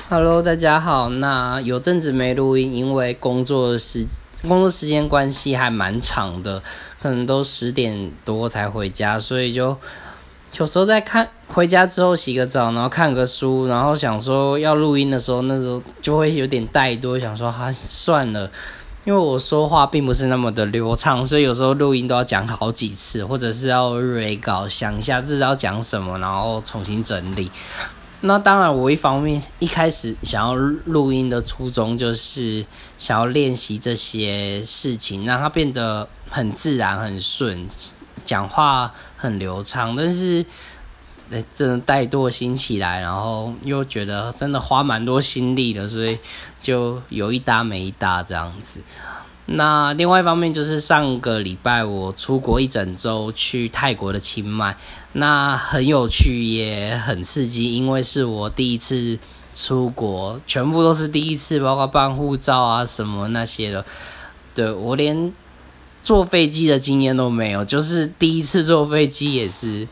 Hello，大家好。那有阵子没录音，因为工作时间关系还蛮长的，可能都10点多才回家，所以就有时候回家之后洗个澡，然后看个书，然后想说要录音的时候，那时候就会有点怠惰，想说算了。因为我说话并不是那么的流畅，所以有时候录音都要讲好几次，或者是要蕊稿，想一下自己要讲什么，然后重新整理。那当然，我一方面一开始想要录音的初衷就是想要练习这些事情，让它变得很自然、很顺，讲话很流畅。但是，真的怠惰心起来，然后又觉得真的花蛮多心力的，所以就有一搭没一搭这样子。那另外一方面就是上个礼拜我出国一整周去泰国的清迈，那很有趣也很刺激，因为是我第一次出国，全部都是第一次，包括办护照啊什么那些的。对，我连坐飞机的经验都没有，就是第一次坐飞机也是，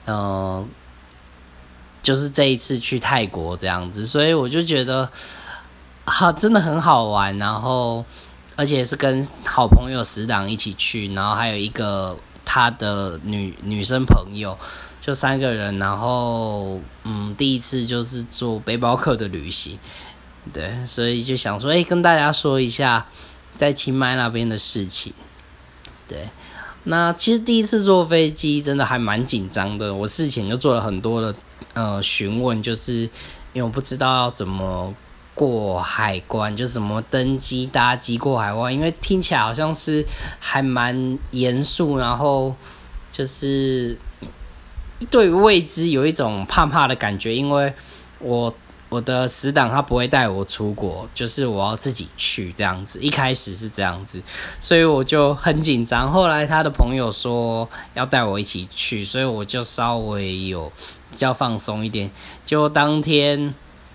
就是这一次去泰国这样子，所以我就觉得真的很好玩，然后而且是跟好朋友死党一起去，然后还有一个他的女生朋友，就3个人，然后第一次就是做背包客的旅行，对，所以就想说，跟大家说一下在清迈那边的事情，对。那其实第一次坐飞机真的还蛮紧张的，我事前就做了很多的询问，就是因为我不知道要怎么过海关，就怎么登机搭机过海关，因为听起来好像是还蛮严肃，然后就是对于未知有一种怕怕的感觉，因为我的死党他不会带我出国，就是我要自己去这样子，一开始是这样子，所以我就很紧张。后来他的朋友说要带我一起去，所以我就稍微有比较放松一点。就当天，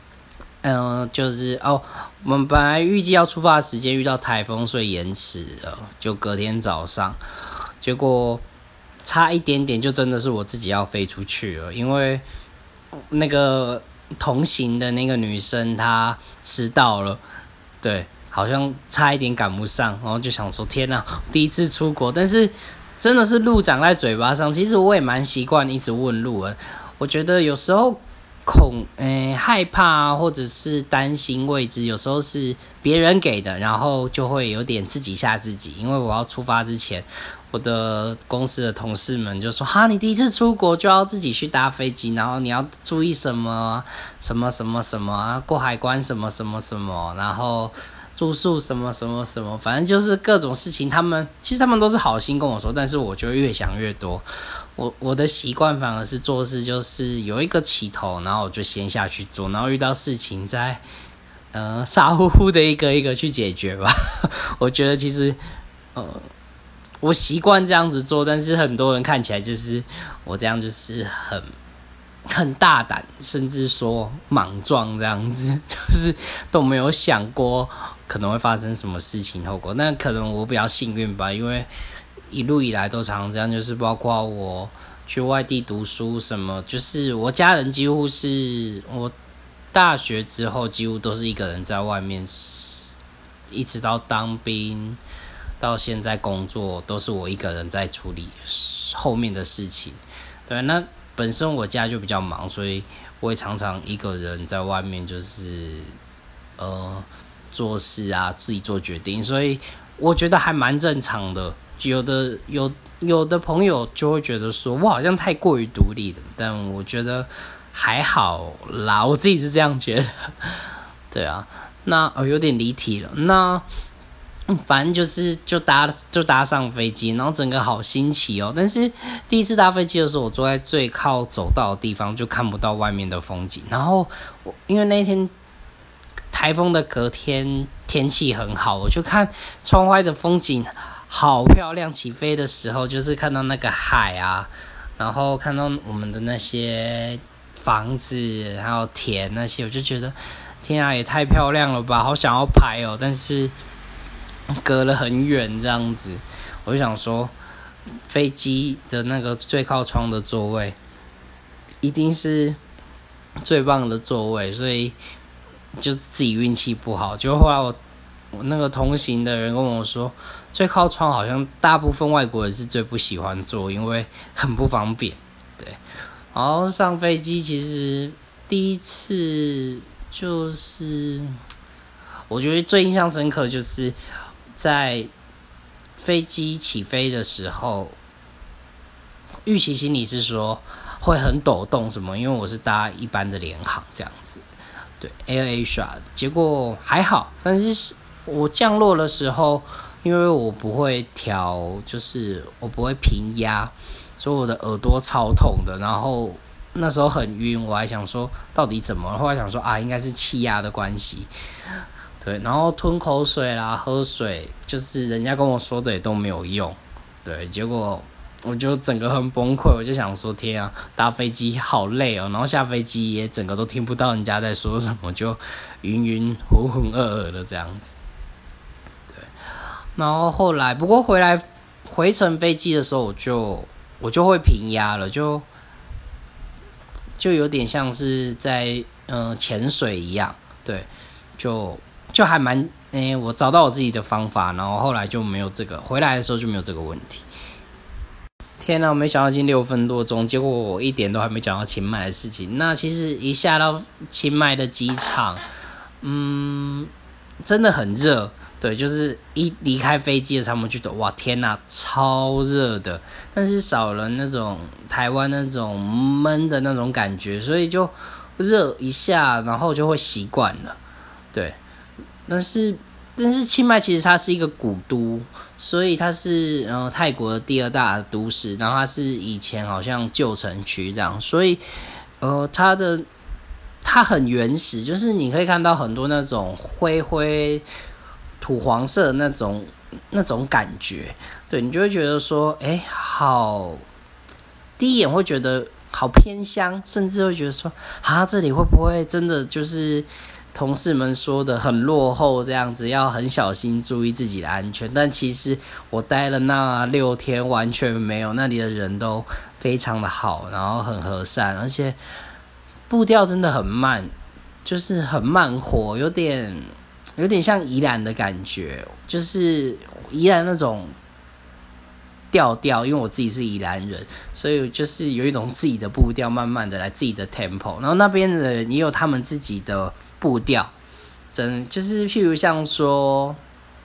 我们本来预计要出发的时间遇到台风，所以延迟了，就隔天早上，结果差一点点就真的是我自己要飞出去了，因为那个同行的那个女生她迟到了，对，好像差一点赶不上，然后就想说天哪，第一次出国，但是真的是路长在嘴巴上，其实我也蛮习惯一直问路的，我觉得有时候害怕啊，或者是担心未知，有时候是别人给的，然后就会有点自己吓自己，因为我要出发之前，我的公司的同事们就说你第一次出国就要自己去搭飞机，然后你要注意什么什么什么什么啊，过海关什么什么什么，然后住宿什么什么什么，反正就是各种事情，其实他们都是好心跟我说，但是我就越想越多。我的习惯反而是做事就是有一个起头，然后我就先下去做，然后遇到事情再傻乎乎的一个一个去解决吧。我觉得其实我习惯这样子做，但是很多人看起来就是我这样就是很大胆，甚至说莽撞这样子，就是都没有想过可能会发生什么事情后果。那可能我比较幸运吧，因为一路以来都常常这样，就是包括我去外地读书什么，就是我家人几乎是我大学之后几乎都是一个人在外面，一直到当兵到现在工作都是我一个人在处理后面的事情。对，那本身我家就比较忙，所以我也常常一个人在外面就是做事啊，自己做决定，所以我觉得还蛮正常的。有的朋友就会觉得说我好像太过于独立了，但我觉得还好啦，我自己是这样觉得。对啊，那有点离题了。那反正就搭上飞机，然后整个好新奇哦。但是第一次搭飞机的时候，我坐在最靠走道的地方，就看不到外面的风景。然后因为那天台风的隔天天气很好，我就看窗外的风景好漂亮。起飞的时候就是看到那个海啊，然后看到我们的那些房子还有田那些，我就觉得天啊，也太漂亮了吧，好想要拍哦。但是隔了很远这样子，我就想说飞机的那个最靠窗的座位一定是最棒的座位，所以就是自己运气不好。就后来我那个同行的人跟我说，最靠窗好像大部分外国人是最不喜欢坐，因为很不方便。对，然后上飞机其实第一次就是我觉得最印象深刻就是在飞机起飞的时候，预期心里是说会很抖动什么，因为我是搭一般的联航这样子，对 AirAsia， 结果还好，但是我降落的时候，因为我不会调，就是我不会平压，所以我的耳朵超痛的，然后那时候很晕，我还想说到底怎么了，后来想说应该是气压的关系。对，然后吞口水啦，喝水，就是人家跟我说的也都没有用。对，结果我就整个很崩溃，我就想说天啊，搭飞机好累哦，然后下飞机也整个都听不到人家在说什么，就晕晕浑浑噩噩的这样子。对，然后后来不过回程飞机的时候，我就会平压了，就有点像是在潜水一样，对，就还蛮我找到我自己的方法，然后后来就没有这个，回来的时候就没有这个问题。天哪，我没想到已经6分多钟，结果我一点都还没讲到清迈的事情。那其实一下到清迈的机场，真的很热，对，就是一离开飞机的时候，我们觉得哇天哪，超热的，但是少了那种台湾那种闷的那种感觉，所以就热一下，然后就会习惯了，对。但是清迈其实它是一个古都，所以它是泰国的第2大的都市，然后它是以前好像旧城区这样，所以它很原始，就是你可以看到很多那种灰土黄色的那种感觉，对，你就会觉得说，第一眼会觉得好偏乡，甚至会觉得说，这里会不会真的就是同事们说的很落后这样子，要很小心注意自己的安全。但其实我待了那6天，完全没有，那里的人都非常的好，然后很和善，而且步调真的很慢，就是很慢活，有点像宜兰的感觉，就是宜兰那种调调，因为我自己是宜兰人，所以就是有一种自己的步调，慢慢的来自己的 tempo， 然后那边的人也有他们自己的步调，就是譬如像说，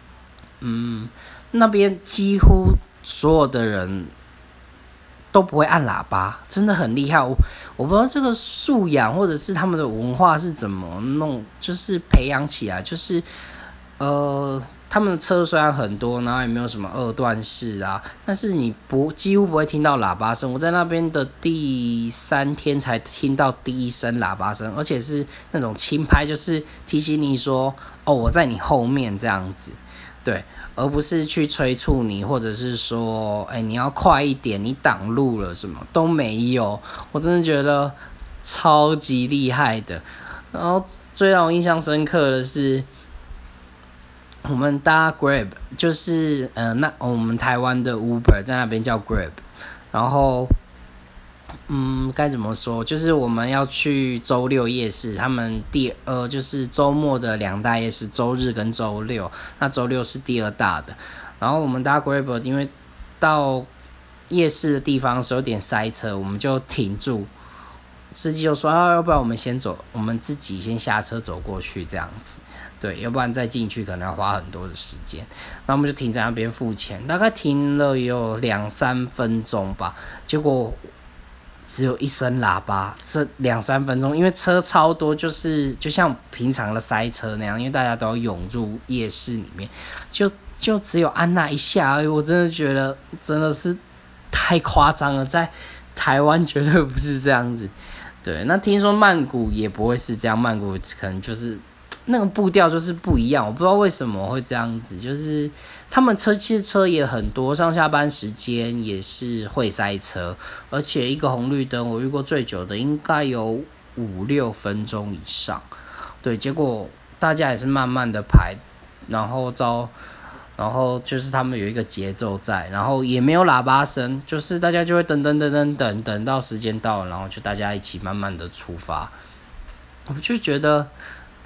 那边几乎所有的人都不会按喇叭，真的很厉害。我不知道这个素养或者是他们的文化是怎么弄，就是培养起来，就是他们的车虽然很多，然后也没有什么2段式啊，但是你几乎不会听到喇叭声。我在那边的第3天才听到第一声喇叭声，而且是那种轻拍，就是提醒你说我在你后面这样子，对，而不是去催促你，或者是说你要快一点，你挡路了什么都没有。我真的觉得超级厉害的。然后最让我印象深刻的是，我们搭 Grab， 就是我们台湾的 Uber 在那边叫 Grab， 然后该怎么说？就是我们要去周六夜市，他们就是周末的2大夜市，周日跟周六。那周六是第2大的。然后我们搭 Grab， 因为到夜市的地方是有点塞车，我们就停住。司机就说要不然我们先走，我们自己先下车走过去这样子。对，要不然再进去可能要花很多的时间。那我们就停在那边付钱，大概停了有2-3分钟吧。结果只有一声喇叭，这2-3分钟，因为车超多，就像平常的塞车那样，因为大家都要涌入夜市里面，就只有按那一下而已。我真的觉得真的是太夸张了，在台湾绝对不是这样子。对，那听说曼谷也不会是这样，曼谷可能就是那个步调就是不一样，我不知道为什么会这样子，就是他们其实车也很多，上下班时间也是会塞车，而且一个红绿灯我遇过最久的应该有5-6分钟以上。对，结果大家也是慢慢的排，然后就是他们有一个节奏在，然后也没有喇叭声，就是大家就会等到时间到了，然后就大家一起慢慢的出发。我就觉得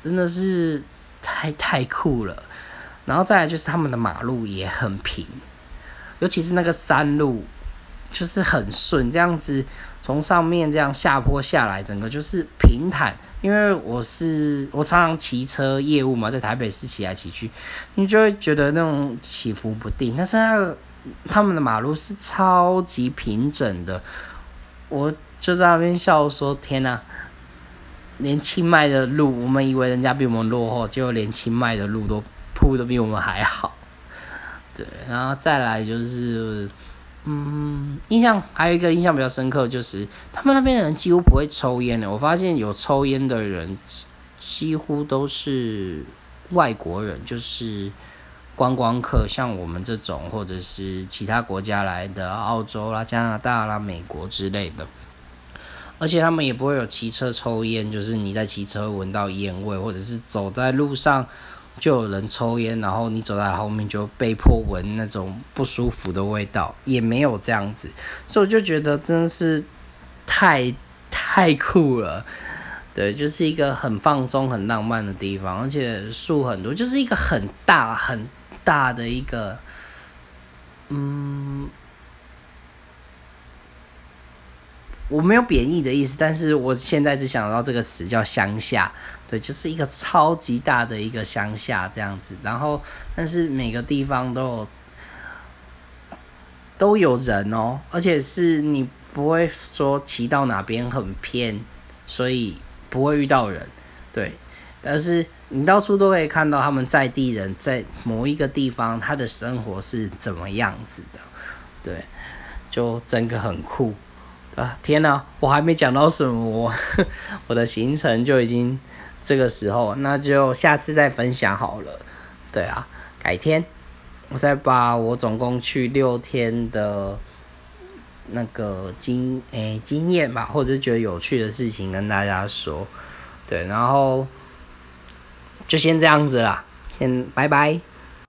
真的是太酷了。然后再来就是他们的马路也很平，尤其是那个山路，就是很顺，这样子从上面这样下坡下来，整个就是平坦。因为我常常骑车业务嘛，在台北市骑来骑去，你就会觉得那种起伏不定。但是他们的马路是超级平整的，我就在那边笑说：天哪！连清迈的路，我们以为人家比我们落后，结果连清迈的路都铺的比我们还好。对，然后再来就是，还有一个印象比较深刻，就是他们那边的人几乎不会抽烟的。我发现有抽烟的人几乎都是外国人，就是观光客，像我们这种，或者是其他国家来的，澳洲啦、加拿大啦、美国之类的。而且他们也不会有骑车抽烟，就是你在骑车闻到烟味，或者是走在路上就有人抽烟，然后你走在后面就被迫闻那种不舒服的味道，也没有这样子。所以我就觉得真的是太酷了。对，就是一个很放松、很浪漫的地方，而且树很多，就是一个很大的一个，我没有贬义的意思，但是我现在只想到这个词叫乡下。对，就是一个超级大的一个乡下这样子。然后，但是每个地方都有人哦，而且是你不会说骑到哪边很偏，所以不会遇到人。对，但是你到处都可以看到他们在地人在某一个地方他的生活是怎么样子的。对，就整个很酷。天哪，我还没讲到什么，我的行程就已经这个时候，那就下次再分享好了。对啊，改天我再把我总共去6天的那个经验吧，或者是觉得有趣的事情跟大家说。对，然后就先这样子啦，先拜拜。